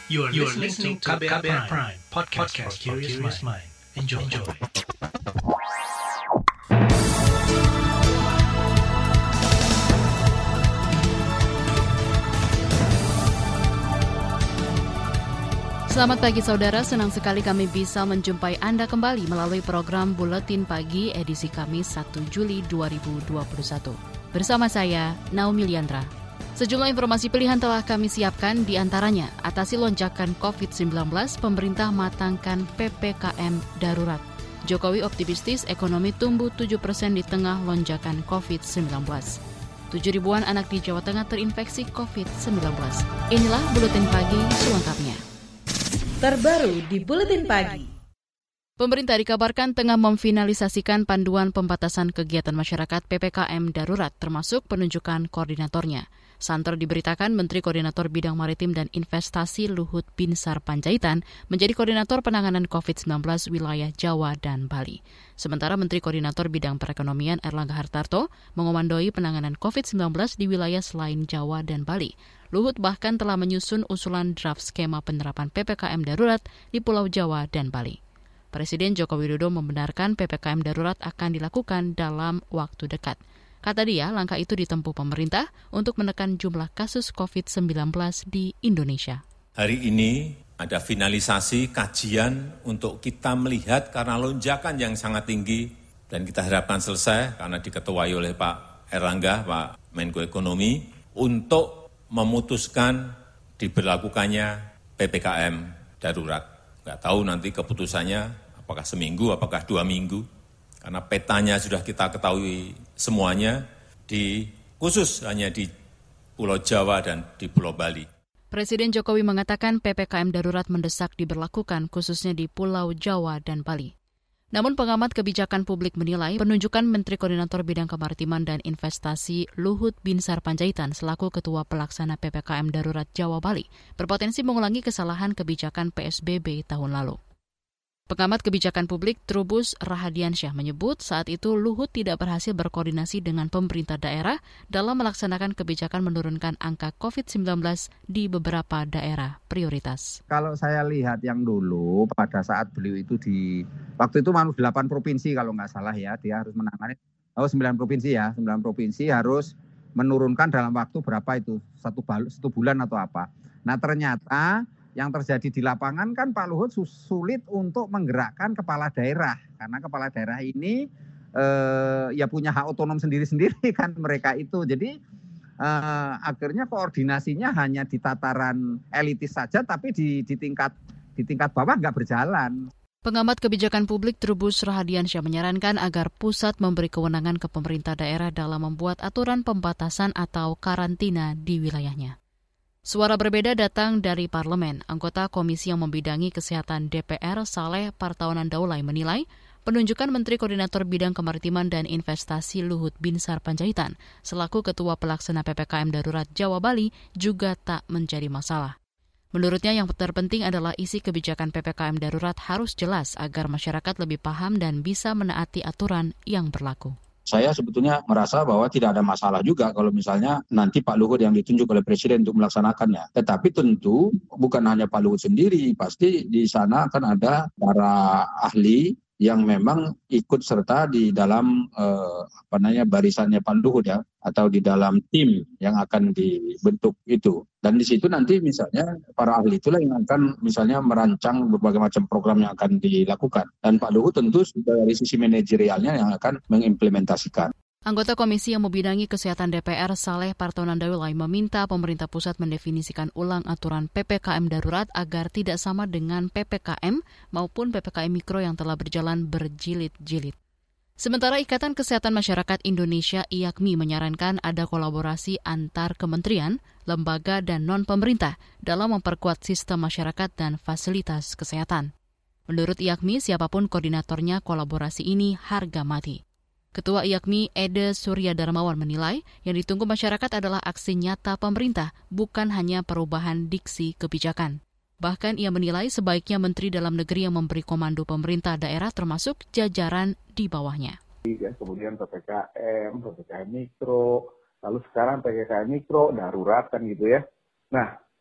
You are listening to KBR Prime, podcast for curious mind. Enjoy. Selamat pagi saudara, senang sekali kami bisa menjumpai Anda kembali melalui program Buletin Pagi edisi Kamis 1 Juli 2021. Bersama saya, Naomi Liandra. Sejumlah informasi pilihan telah kami siapkan, di antaranya atasi lonjakan COVID-19, pemerintah matangkan PPKM darurat. Jokowi optimistis ekonomi tumbuh 7% di tengah lonjakan COVID-19. 7.000-an anak di Jawa Tengah terinfeksi COVID-19. Inilah Buletin Pagi selengkapnya. Terbaru di Buletin Pagi. Pemerintah dikabarkan tengah memfinalisasikan panduan pembatasan kegiatan masyarakat PPKM darurat, termasuk penunjukan koordinatornya. Santer diberitakan Menteri Koordinator Bidang Maritim dan Investasi Luhut Binsar Panjaitan menjadi koordinator penanganan COVID-19 wilayah Jawa dan Bali. Sementara Menteri Koordinator Bidang Perekonomian Erlangga Hartarto mengomandoi penanganan COVID-19 di wilayah selain Jawa dan Bali. Luhut bahkan telah menyusun usulan draft skema penerapan PPKM darurat di Pulau Jawa dan Bali. Presiden Joko Widodo membenarkan PPKM darurat akan dilakukan dalam waktu dekat. Kata dia, langkah itu ditempuh pemerintah untuk menekan jumlah kasus COVID-19 di Indonesia. Hari ini ada finalisasi kajian untuk kita melihat karena lonjakan yang sangat tinggi dan kita harapkan selesai karena diketuai oleh Pak Erlangga, Pak Menko Ekonomi, untuk memutuskan diberlakukannya PPKM darurat. Nggak tahu nanti keputusannya apakah seminggu, apakah 2 minggu. Karena petanya sudah kita ketahui semuanya, khusus hanya di Pulau Jawa dan di Pulau Bali. Presiden Jokowi mengatakan PPKM darurat mendesak diberlakukan khususnya di Pulau Jawa dan Bali. Namun pengamat kebijakan publik menilai penunjukan Menteri Koordinator Bidang Kemaritiman dan Investasi Luhut Binsar Panjaitan selaku Ketua Pelaksana PPKM Darurat Jawa Bali berpotensi mengulangi kesalahan kebijakan PSBB tahun lalu. Pengamat kebijakan publik Trubus Rahadiansyah menyebut saat itu Luhut tidak berhasil berkoordinasi dengan pemerintah daerah dalam melaksanakan kebijakan menurunkan angka COVID-19 di beberapa daerah prioritas. Kalau saya lihat yang dulu pada saat beliau itu waktu itu 8 provinsi kalau nggak salah ya, dia harus menangani 9 provinsi ya, 9 provinsi harus menurunkan dalam waktu berapa itu, satu bulan atau apa. Nah ternyata yang terjadi di lapangan kan Pak Luhut sulit untuk menggerakkan kepala daerah. Karena kepala daerah ini ya punya hak otonom sendiri-sendiri kan mereka itu. Jadi akhirnya koordinasinya hanya di tataran elitis saja, tapi di tingkat bawah nggak berjalan. Pengamat kebijakan publik Trubus Rahadiansyah menyarankan agar pusat memberi kewenangan ke pemerintah daerah dalam membuat aturan pembatasan atau karantina di wilayahnya. Suara berbeda datang dari parlemen. Anggota Komisi yang membidangi Kesehatan DPR, Saleh Partaunan Daulay, menilai penunjukan Menteri Koordinator Bidang Kemaritiman dan Investasi Luhut Binsar Panjaitan selaku Ketua Pelaksana PPKM Darurat Jawa Bali juga tak menjadi masalah. Menurutnya yang terpenting adalah isi kebijakan PPKM Darurat harus jelas agar masyarakat lebih paham dan bisa menaati aturan yang berlaku. Saya sebetulnya merasa bahwa tidak ada masalah juga kalau misalnya nanti Pak Luhut yang ditunjuk oleh Presiden untuk melaksanakannya. Tetapi tentu bukan hanya Pak Luhut sendiri, pasti di sana akan ada para ahli yang memang ikut serta di dalam barisannya Pak Luhut ya, atau di dalam tim yang akan dibentuk itu. Dan di situ nanti misalnya para ahli itulah yang akan misalnya merancang berbagai macam program yang akan dilakukan. Dan Pak Luhut tentu dari sisi manajerialnya yang akan mengimplementasikan. Anggota Komisi yang membidangi Kesehatan DPR, Saleh Partaunan Daulay, meminta pemerintah pusat mendefinisikan ulang aturan PPKM darurat agar tidak sama dengan PPKM maupun PPKM Mikro yang telah berjalan berjilid-jilid. Sementara Ikatan Kesehatan Masyarakat Indonesia IAKMI menyarankan ada kolaborasi antar kementerian, lembaga, dan non-pemerintah dalam memperkuat sistem masyarakat dan fasilitas kesehatan. Menurut IAKMI, siapapun koordinatornya, kolaborasi ini harga mati. Ketua IAKMI Ede Surya Darmawan menilai yang ditunggu masyarakat adalah aksi nyata pemerintah, bukan hanya perubahan diksi kebijakan. Bahkan ia menilai sebaiknya Menteri Dalam Negeri yang memberi komando pemerintah daerah termasuk jajaran di bawahnya. Kemudian PPKM Mikro, lalu sekarang PPKM Mikro, darurat kan gitu ya. Nah,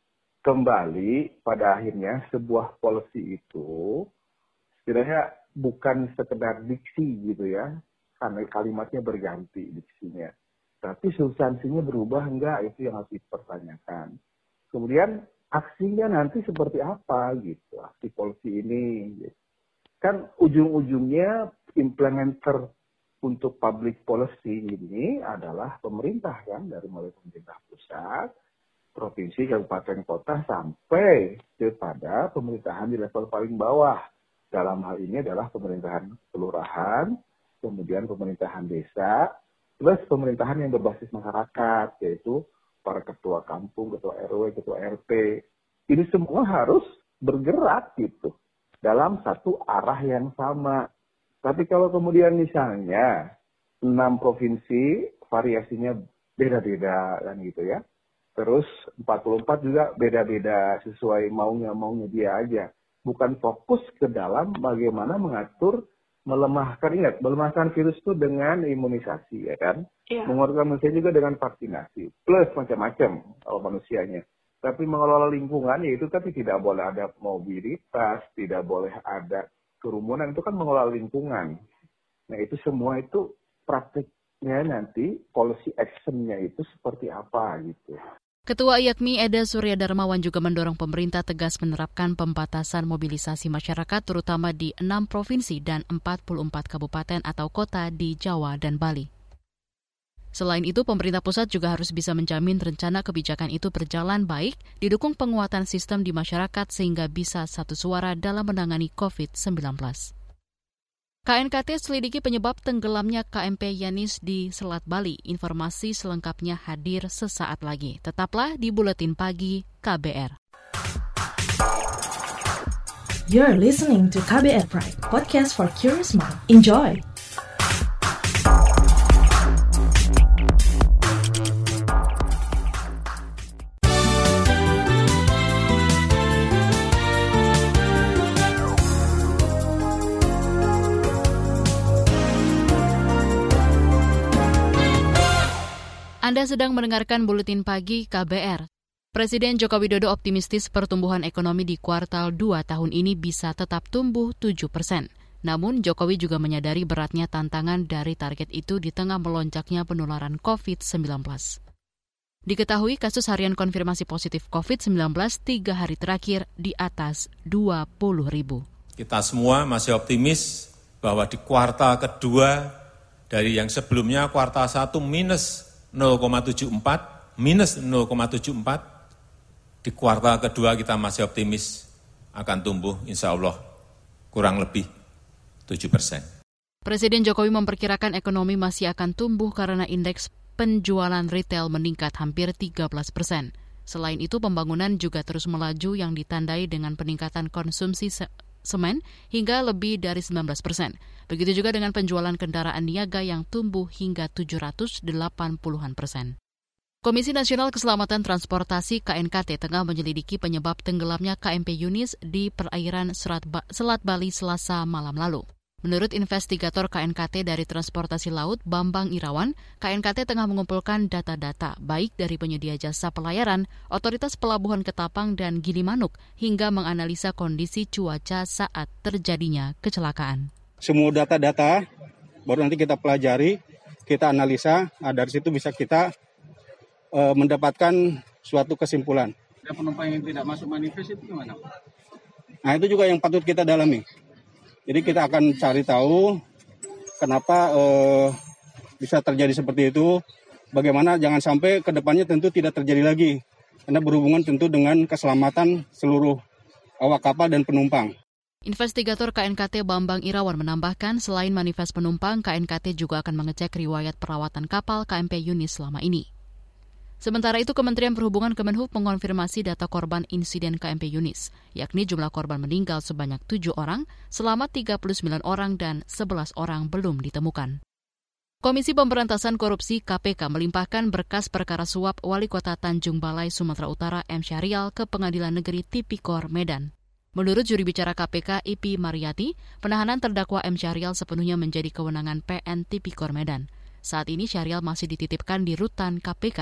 kembali pada akhirnya sebuah policy itu setidaknya bukan sekedar diksi gitu ya, karena kalimatnya berganti diksinya. Tapi substansinya berubah enggak, itu yang harus dipertanyakan. Kemudian aksinya nanti seperti apa gitu, aksi policy ini. Gitu. Kan ujung-ujungnya implementer untuk public policy ini adalah pemerintah kan, dari mulai pemerintah pusat, provinsi, kabupaten, kota, sampai kepada pemerintahan di level paling bawah. Dalam hal ini adalah pemerintahan kelurahan, kemudian pemerintahan desa, plus pemerintahan yang berbasis masyarakat, yaitu para ketua kampung, ketua RW, ketua RT. Ini semua harus bergerak gitu, dalam satu arah yang sama. Tapi kalau kemudian misalnya 6 provinsi variasinya beda-beda kan gitu ya. Terus 44 juga beda-beda sesuai maunya dia aja. Bukan fokus ke dalam bagaimana mengatur, melemahkan virus itu dengan imunisasi ya kan. Yeah. Mengeluarkan manusia juga dengan vaksinasi. Plus macam-macam kalau manusianya. Tapi mengelola lingkungan yaitu tapi tidak boleh ada mobilitas, tidak boleh ada kerumunan, itu kan mengelola lingkungan. Nah itu semua itu praktiknya nanti policy action-nya itu seperti apa gitu. Ketua IAKMI Eda Surya Darmawan juga mendorong pemerintah tegas menerapkan pembatasan mobilisasi masyarakat terutama di 6 provinsi dan 44 kabupaten atau kota di Jawa dan Bali. Selain itu, pemerintah pusat juga harus bisa menjamin rencana kebijakan itu berjalan baik, didukung penguatan sistem di masyarakat sehingga bisa satu suara dalam menangani COVID-19. KNKT selidiki penyebab tenggelamnya KMP Yanis di Selat Bali. Informasi selengkapnya hadir sesaat lagi. Tetaplah di Buletin Pagi KBR. You're listening to KBR Pride, podcast for curious mind. Enjoy! Anda sedang mendengarkan Buletin Pagi KBR. Presiden Joko Widodo optimistis pertumbuhan ekonomi di kuartal 2 tahun ini bisa tetap tumbuh 7%. Namun, Jokowi juga menyadari beratnya tantangan dari target itu di tengah melonjaknya penularan COVID-19. Diketahui kasus harian konfirmasi positif COVID-19 3 hari terakhir di atas 20.000. Kita semua masih optimis bahwa di kuartal kedua dari yang sebelumnya kuartal 1 minus 0,74, di kuartal kedua kita masih optimis akan tumbuh insya Allah kurang lebih 7%. Presiden Jokowi memperkirakan ekonomi masih akan tumbuh karena indeks penjualan retail meningkat hampir 13%. Selain itu, pembangunan juga terus melaju yang ditandai dengan peningkatan konsumsi semen hingga lebih dari 19%. Begitu juga dengan penjualan kendaraan niaga yang tumbuh hingga 780-an%. Komisi Nasional Keselamatan Transportasi KNKT tengah menyelidiki penyebab tenggelamnya KMP Yunis di perairan Selat Bali Selasa malam lalu. Menurut investigator KNKT dari Transportasi Laut Bambang Irawan, KNKT tengah mengumpulkan data-data baik dari penyedia jasa pelayaran, otoritas pelabuhan Ketapang dan Gilimanuk hingga menganalisa kondisi cuaca saat terjadinya kecelakaan. Semua data-data baru nanti kita pelajari, kita analisa, dari situ bisa kita mendapatkan suatu kesimpulan. Ada penumpang yang tidak masuk manifest itu gimana? Nah itu juga yang patut kita dalami. Jadi kita akan cari tahu kenapa bisa terjadi seperti itu, bagaimana jangan sampai ke depannya tentu tidak terjadi lagi, karena berhubungan tentu dengan keselamatan seluruh awak kapal dan penumpang. Investigator KNKT Bambang Irawan menambahkan selain manifest penumpang, KNKT juga akan mengecek riwayat perawatan kapal KMP Yunis selama ini. Sementara itu, Kementerian Perhubungan Kemenhub mengonfirmasi data korban insiden KMP Yunis, yakni jumlah korban meninggal sebanyak 7 orang, selamat 39 orang dan 11 orang belum ditemukan. Komisi Pemberantasan Korupsi KPK melimpahkan berkas perkara suap Wali Kota Tanjung Balai, Sumatera Utara M. Syahrial ke Pengadilan Negeri Tipikor, Medan. Menurut juri bicara KPK Ipi Mariati, penahanan terdakwa M. Syahrial sepenuhnya menjadi kewenangan PN Tipikor Medan. Saat ini Syahrial masih dititipkan di rutan KPK.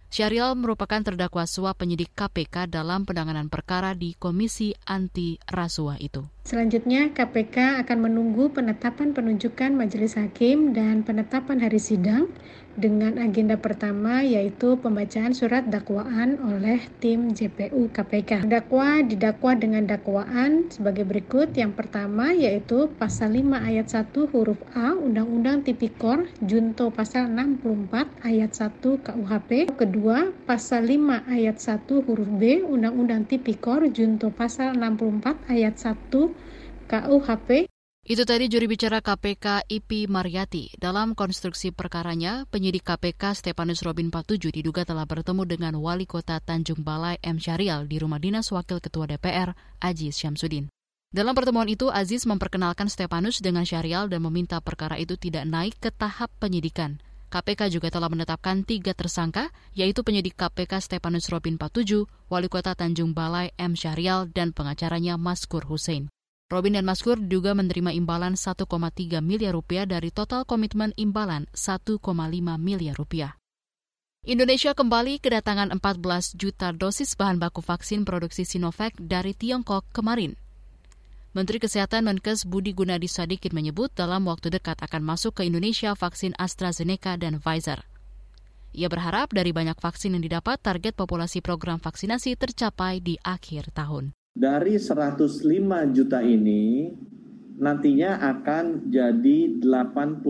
Syahrial merupakan terdakwa suap penyidik KPK dalam penanganan perkara di Komisi Anti Rasuah itu. Selanjutnya, KPK akan menunggu penetapan penunjukan majelis hakim dan penetapan hari sidang dengan agenda pertama yaitu pembacaan surat dakwaan oleh tim JPU KPK. Terdakwa didakwa dengan dakwaan sebagai berikut. Yang pertama yaitu pasal 5 ayat 1 huruf A Undang-Undang Tipikor junto pasal 64 ayat 1 KUHP. Kedua, pasal 5 ayat 1 huruf B Undang-Undang Tipikor junto pasal 64 ayat 1 KUHP. Itu tadi juri bicara KPK Ipi Mariati. Dalam konstruksi perkaranya, penyidik KPK Stepanus Robin 47 diduga telah bertemu dengan Wali Kota Tanjung Balai M. Syahrial di rumah dinas Wakil Ketua DPR, Aziz Syamsuddin. Dalam pertemuan itu, Aziz memperkenalkan Stepanus dengan Syahrial dan meminta perkara itu tidak naik ke tahap penyidikan. KPK juga telah menetapkan 3 tersangka, yaitu penyidik KPK Stepanus Robin 47, Wali Kota Tanjung Balai M. Syahrial, dan pengacaranya Maskur Hussein. Robin dan Maskur diduga menerima imbalan 1,3 miliar rupiah dari total komitmen imbalan 1,5 miliar rupiah. Indonesia kembali kedatangan 14 juta dosis bahan baku vaksin produksi Sinovac dari Tiongkok kemarin. Menteri Kesehatan Menkes Budi Gunadi Sadikin menyebut dalam waktu dekat akan masuk ke Indonesia vaksin AstraZeneca dan Pfizer. Ia berharap dari banyak vaksin yang didapat, target populasi program vaksinasi tercapai di akhir tahun. Dari 105 juta ini nantinya akan jadi 85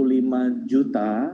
juta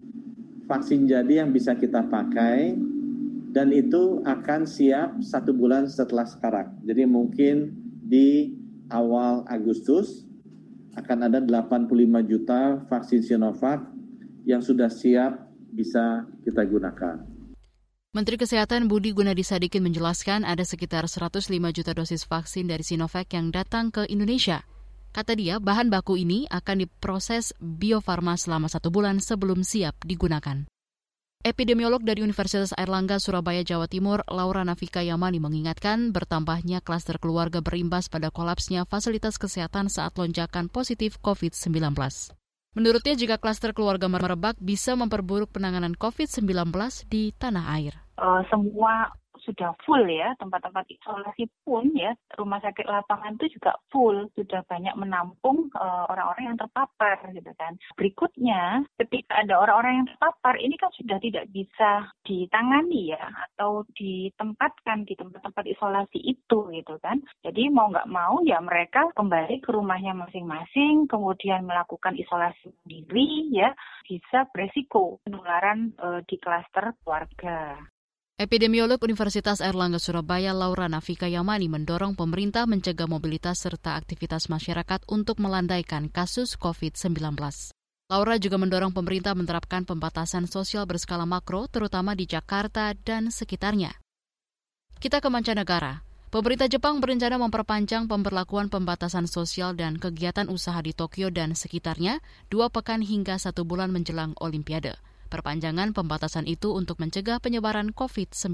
vaksin jadi yang bisa kita pakai dan itu akan siap 1 bulan setelah sekarang. Jadi mungkin di awal Agustus akan ada 85 juta vaksin Sinovac yang sudah siap bisa kita gunakan. Menteri Kesehatan Budi Gunadi Sadikin menjelaskan ada sekitar 105 juta dosis vaksin dari Sinovac yang datang ke Indonesia. Kata dia, bahan baku ini akan diproses Bio Farma selama 1 bulan sebelum siap digunakan. Epidemiolog dari Universitas Airlangga Surabaya, Jawa Timur, Laura Nafika Yamani mengingatkan bertambahnya klaster keluarga berimbas pada kolapsnya fasilitas kesehatan saat lonjakan positif COVID-19. Menurutnya, jika klaster keluarga merebak bisa memperburuk penanganan COVID-19 di tanah air. Semua sudah full ya, tempat-tempat isolasi pun ya, rumah sakit lapangan itu juga full, sudah banyak menampung orang-orang yang terpapar gitu kan. Berikutnya, ketika ada orang-orang yang terpapar, ini kan sudah tidak bisa ditangani ya, atau ditempatkan di tempat-tempat isolasi itu gitu kan. Jadi mau nggak mau ya mereka kembali ke rumahnya masing-masing, kemudian melakukan isolasi sendiri ya, bisa beresiko penularan di klaster keluarga. Epidemiolog Universitas Airlangga Surabaya Laura Nafika Yamani mendorong pemerintah mencegah mobilitas serta aktivitas masyarakat untuk melandaikan kasus COVID-19. Laura juga mendorong pemerintah menerapkan pembatasan sosial berskala makro, terutama di Jakarta dan sekitarnya. Kita ke mancanegara. Pemerintah Jepang berencana memperpanjang pemberlakuan pembatasan sosial dan kegiatan usaha di Tokyo dan sekitarnya 2 pekan hingga 1 bulan menjelang Olimpiade. Perpanjangan pembatasan itu untuk mencegah penyebaran COVID-19.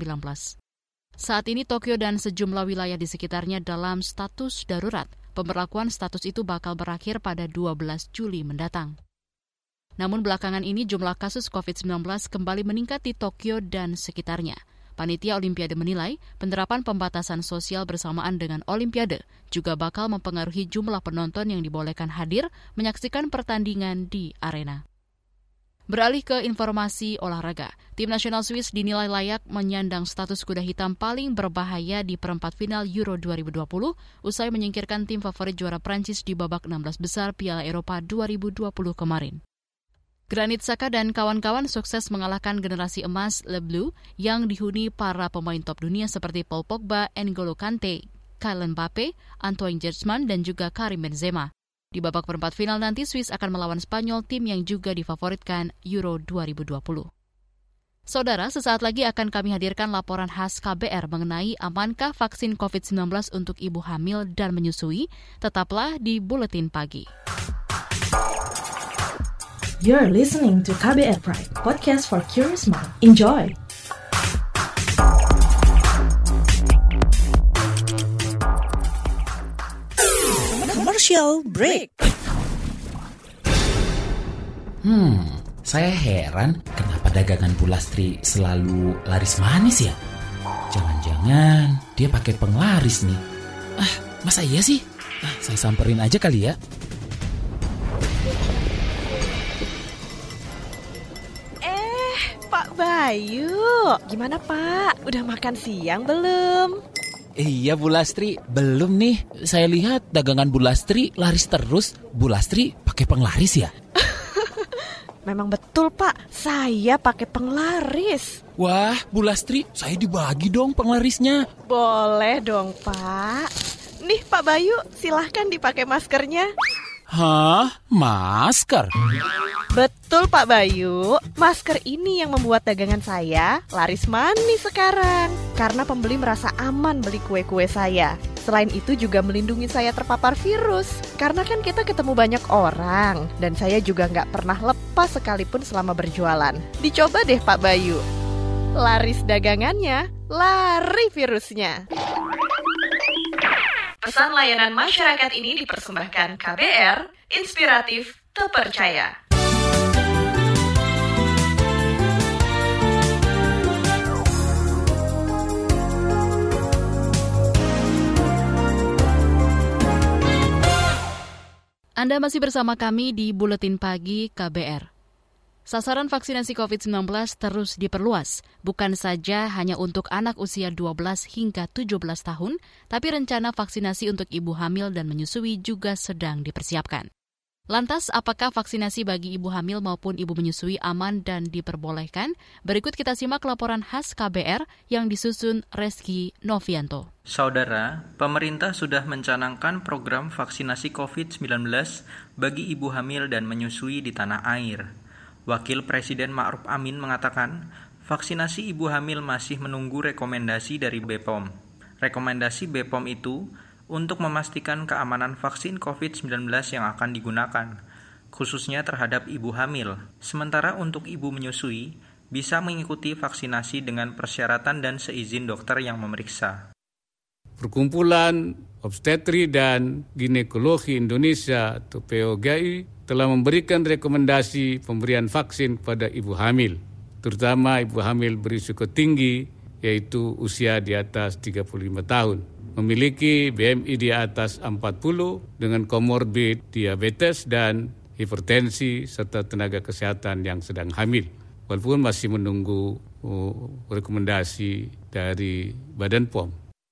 Saat ini Tokyo dan sejumlah wilayah di sekitarnya dalam status darurat. Pemberlakuan status itu bakal berakhir pada 12 Juli mendatang. Namun belakangan ini jumlah kasus COVID-19 kembali meningkat di Tokyo dan sekitarnya. Panitia Olimpiade menilai penerapan pembatasan sosial bersamaan dengan Olimpiade juga bakal mempengaruhi jumlah penonton yang dibolehkan hadir menyaksikan pertandingan di arena. Beralih ke informasi olahraga, tim nasional Swiss dinilai layak menyandang status kuda hitam paling berbahaya di perempat final Euro 2020 usai menyingkirkan tim favorit juara Prancis di babak 16 besar Piala Eropa 2020 kemarin. Granit Xhaka dan kawan-kawan sukses mengalahkan generasi emas Le Bleu yang dihuni para pemain top dunia seperti Paul Pogba, N'Golo Kante, Kylian Mbappe, Antoine Griezmann, dan juga Karim Benzema. Di babak perempat final nanti Swiss akan melawan Spanyol, tim yang juga difavoritkan Euro 2020. Saudara, sesaat lagi akan kami hadirkan laporan khas KBR mengenai amankah vaksin COVID-19 untuk ibu hamil dan menyusui. Tetaplah di Buletin Pagi. You're listening to KBR Pride, podcast for curious mind. Enjoy! Commercial break. Saya heran kenapa dagangan Bu Lastri selalu laris manis ya? Jangan-jangan dia pakai penglaris nih. Masa iya sih? Saya samperin aja kali ya. Pak Bayu, gimana Pak? Udah makan siang belum? Iya Bu Lastri, belum nih. Saya lihat dagangan Bu Lastri laris terus. Bu Lastri pakai penglaris ya? Memang betul Pak, saya pakai penglaris. Wah, Bu Lastri, saya dibagi dong penglarisnya. Boleh dong Pak. Nih Pak Bayu, silahkan dipakai maskernya. Hah? Masker? Betul Pak Bayu, masker ini yang membuat dagangan saya laris manis sekarang. Karena pembeli merasa aman beli kue-kue saya. Selain itu juga melindungi saya terpapar virus. Karena kan kita ketemu banyak orang. Dan saya juga nggak pernah lepas sekalipun selama berjualan. Dicoba deh Pak Bayu. Laris dagangannya, lari virusnya. Pesan layanan masyarakat ini dipersembahkan KBR, inspiratif, terpercaya. Anda masih bersama kami di Buletin Pagi KBR. Sasaran vaksinasi COVID-19 terus diperluas, bukan saja hanya untuk anak usia 12 hingga 17 tahun, tapi rencana vaksinasi untuk ibu hamil dan menyusui juga sedang dipersiapkan. Lantas, apakah vaksinasi bagi ibu hamil maupun ibu menyusui aman dan diperbolehkan? Berikut kita simak laporan khas KBR yang disusun Reski Novianto. Saudara, pemerintah sudah mencanangkan program vaksinasi COVID-19 bagi ibu hamil dan menyusui di tanah air. Wakil Presiden Ma'ruf Amin mengatakan, vaksinasi ibu hamil masih menunggu rekomendasi dari BPOM. Rekomendasi BPOM itu untuk memastikan keamanan vaksin COVID-19 yang akan digunakan, khususnya terhadap ibu hamil. Sementara untuk ibu menyusui, bisa mengikuti vaksinasi dengan persyaratan dan seizin dokter yang memeriksa. Perkumpulan Obstetri dan Ginekologi Indonesia atau POGI telah memberikan rekomendasi pemberian vaksin kepada ibu hamil, terutama ibu hamil berisiko tinggi, yaitu usia di atas 35 tahun. Memiliki BMI di atas 40 dengan komorbid diabetes dan hipertensi serta tenaga kesehatan yang sedang hamil. Walaupun masih menunggu rekomendasi dari Badan POM.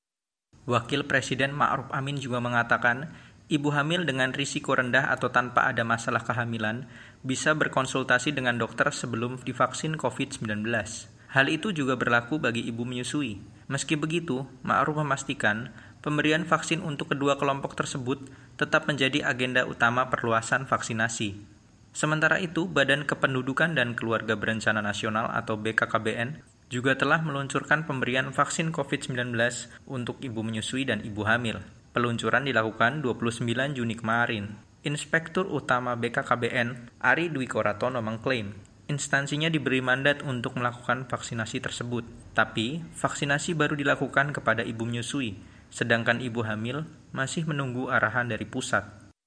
Wakil Presiden Ma'ruf Amin juga mengatakan, ibu hamil dengan risiko rendah atau tanpa ada masalah kehamilan bisa berkonsultasi dengan dokter sebelum divaksin COVID-19. Hal itu juga berlaku bagi ibu menyusui. Meski begitu, Ma'ruf memastikan pemberian vaksin untuk kedua kelompok tersebut tetap menjadi agenda utama perluasan vaksinasi. Sementara itu, Badan Kependudukan dan Keluarga Berencana Nasional atau BKKBN juga telah meluncurkan pemberian vaksin COVID-19 untuk ibu menyusui dan ibu hamil. Peluncuran dilakukan 29 Juni kemarin. Inspektur Utama BKKBN, Ari Dwi Koratono mengklaim, instansinya diberi mandat untuk melakukan vaksinasi tersebut. Tapi, vaksinasi baru dilakukan kepada ibu menyusui, sedangkan ibu hamil masih menunggu arahan dari pusat.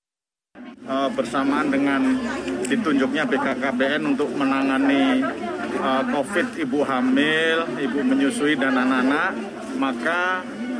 Bersamaan dengan ditunjuknya BKKBN untuk menangani COVID ibu hamil, ibu menyusui, dan anak-anak, maka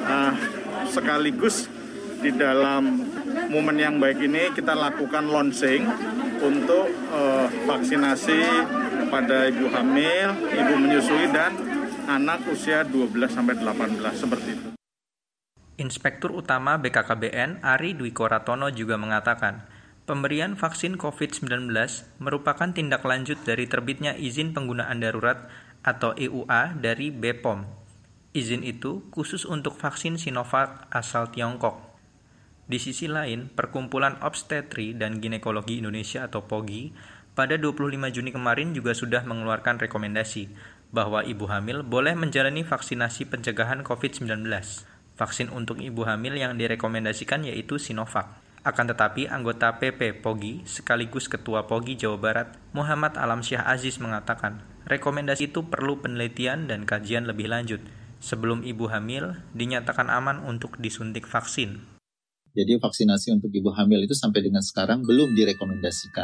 sekaligus di dalam momen yang baik ini kita lakukan launching untuk vaksinasi pada ibu hamil, ibu menyusui, dan anak usia 12-18 seperti itu. Inspektur Utama BKKBN Ari Dwi Koratono juga mengatakan, pemberian vaksin COVID-19 merupakan tindak lanjut dari terbitnya izin penggunaan darurat atau EUA dari BPOM. Izin itu khusus untuk vaksin Sinovac asal Tiongkok. Di sisi lain, Perkumpulan Obstetri dan Ginekologi Indonesia atau POGI pada 25 Juni kemarin juga sudah mengeluarkan rekomendasi bahwa ibu hamil boleh menjalani vaksinasi pencegahan COVID-19. Vaksin untuk ibu hamil yang direkomendasikan yaitu Sinovac. Akan tetapi, anggota PP POGI sekaligus Ketua POGI Jawa Barat, Muhammad Alamsyah Aziz mengatakan, rekomendasi itu perlu penelitian dan kajian lebih lanjut sebelum ibu hamil dinyatakan aman untuk disuntik vaksin. Jadi vaksinasi untuk ibu hamil itu sampai dengan sekarang belum direkomendasikan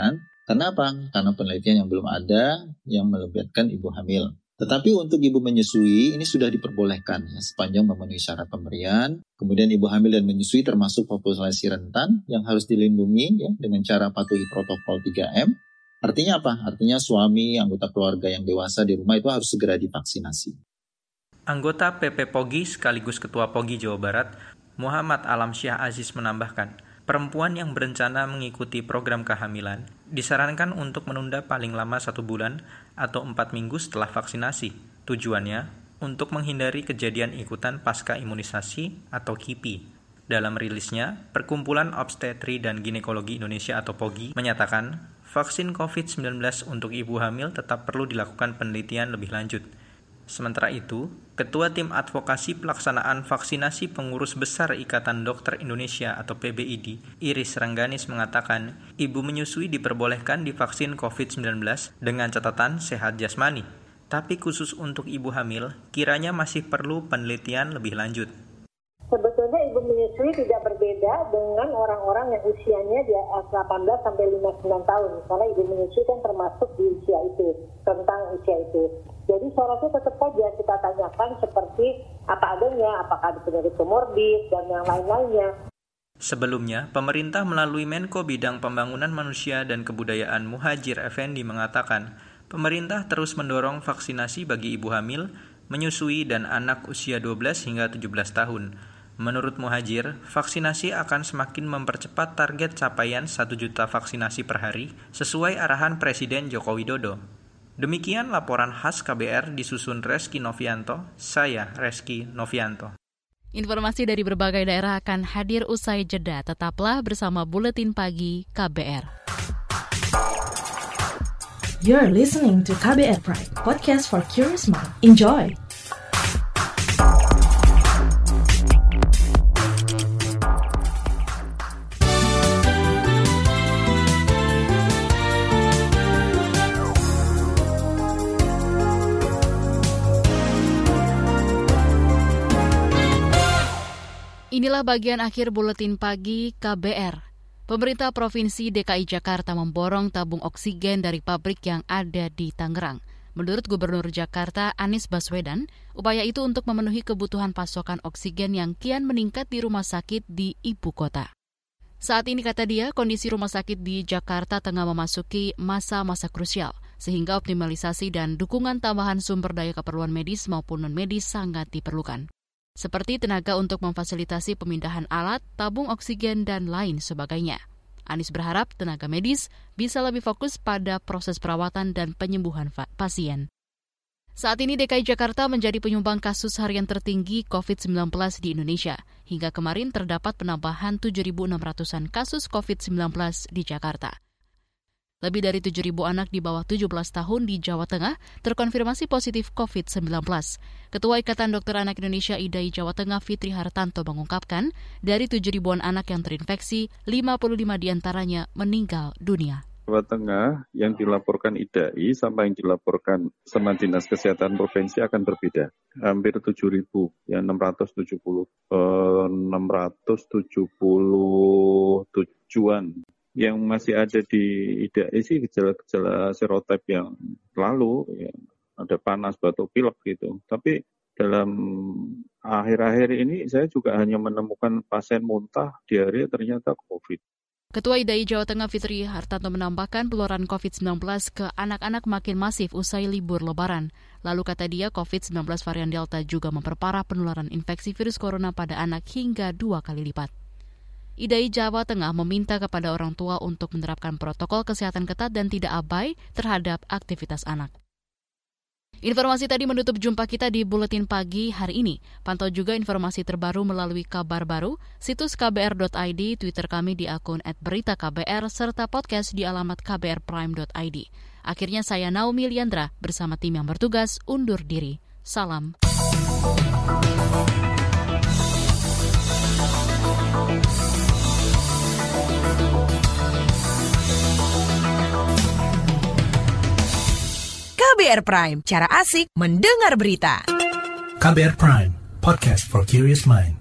Karena apa? Karena penelitian yang belum ada yang melibatkan ibu hamil. Tetapi untuk ibu menyusui ini sudah diperbolehkan ya, sepanjang memenuhi syarat pemberian. Kemudian ibu hamil dan menyusui termasuk populasi rentan yang harus dilindungi ya, dengan cara patuhi protokol 3M. Artinya apa? Artinya suami, anggota keluarga yang dewasa di rumah itu harus segera divaksinasi. Anggota PP POGI sekaligus Ketua POGI Jawa Barat, Muhammad Alamsyah Aziz menambahkan, perempuan yang berencana mengikuti program kehamilan disarankan untuk menunda paling lama 1 bulan atau 4 minggu setelah vaksinasi. Tujuannya untuk menghindari kejadian ikutan pasca imunisasi atau KIPI. Dalam rilisnya, Perkumpulan Obstetri dan Ginekologi Indonesia atau POGI menyatakan vaksin COVID-19 untuk ibu hamil tetap perlu dilakukan penelitian lebih lanjut. Sementara itu, Ketua Tim Advokasi Pelaksanaan Vaksinasi Pengurus Besar Ikatan Dokter Indonesia atau PBID, Iris Rengganis mengatakan, ibu menyusui diperbolehkan divaksin COVID-19 dengan catatan sehat jasmani. Tapi khusus untuk ibu hamil, kiranya masih perlu penelitian lebih lanjut. Sebetulnya ibu menyusui tidak berbeda dengan orang-orang yang usianya di 18 sampai 59 tahun. Karena ibu menyusui kan termasuk di usia itu, tentang usia itu. Jadi saya rasa tetap saja kita tanyakan seperti apa adanya, apakah ada penyakit komorbid dan yang lain-lainnya. Sebelumnya, pemerintah melalui Menko Bidang Pembangunan Manusia dan Kebudayaan Muhadjir Effendi mengatakan, pemerintah terus mendorong vaksinasi bagi ibu hamil, menyusui dan anak usia 12 hingga 17 tahun. Menurut Muhadjir, vaksinasi akan semakin mempercepat target capaian 1 juta vaksinasi per hari sesuai arahan Presiden Joko Widodo. Demikian laporan khas KBR disusun Reski Novianto, saya Reski Novianto. Informasi dari berbagai daerah akan hadir usai jeda. Tetaplah bersama Buletin Pagi KBR. You're listening to KBR Pride, podcast for curious mind. Enjoy! Inilah bagian akhir Buletin Pagi KBR. Pemerintah Provinsi DKI Jakarta memborong tabung oksigen dari pabrik yang ada di Tangerang. Menurut Gubernur Jakarta Anies Baswedan, upaya itu untuk memenuhi kebutuhan pasokan oksigen yang kian meningkat di rumah sakit di ibu kota. Saat ini, kata dia, kondisi rumah sakit di Jakarta tengah memasuki masa-masa krusial, sehingga optimalisasi dan dukungan tambahan sumber daya keperluan medis maupun non-medis sangat diperlukan. Seperti tenaga untuk memfasilitasi pemindahan alat, tabung oksigen, dan lain sebagainya. Anies berharap tenaga medis bisa lebih fokus pada proses perawatan dan penyembuhan pasien. Saat ini DKI Jakarta menjadi penyumbang kasus harian tertinggi COVID-19 di Indonesia. Hingga kemarin terdapat penambahan 7.600-an kasus COVID-19 di Jakarta. Lebih dari 7.000 anak di bawah 17 tahun di Jawa Tengah terkonfirmasi positif COVID-19. Ketua Ikatan Dokter Anak Indonesia IDAI Jawa Tengah Fitri Hartanto mengungkapkan, dari 7.000-an anak yang terinfeksi, 55 diantaranya meninggal dunia. Jawa Tengah yang dilaporkan IDAI sama yang dilaporkan sama Dinas Kesehatan Provinsi akan berbeda. Hampir 7.000, ya 670-an. Yang masih ada di IDAI sih gejala-gejala serotip yang lalu, ya, ada panas, batuk, pilek gitu. Tapi dalam akhir-akhir ini saya juga hanya menemukan pasien muntah, diare, ternyata COVID. Ketua IDAI Jawa Tengah Fitri Hartanto menambahkan penularan COVID-19 ke anak-anak makin masif usai libur Lebaran. Lalu kata dia, COVID-19 varian Delta juga memperparah penularan infeksi virus corona pada anak hingga 2 kali lipat. IDAI Jawa Tengah meminta kepada orang tua untuk menerapkan protokol kesehatan ketat dan tidak abai terhadap aktivitas anak. Informasi tadi menutup jumpa kita di Buletin Pagi hari ini. Pantau juga informasi terbaru melalui kabar baru, situs kbr.id, Twitter kami di akun @beritaKBR, serta podcast di alamat kbrprime.id. Akhirnya saya Naomi Liandra bersama tim yang bertugas undur diri. Salam. KBR Prime, cara asik mendengar berita. KBR Prime, podcast for curious mind.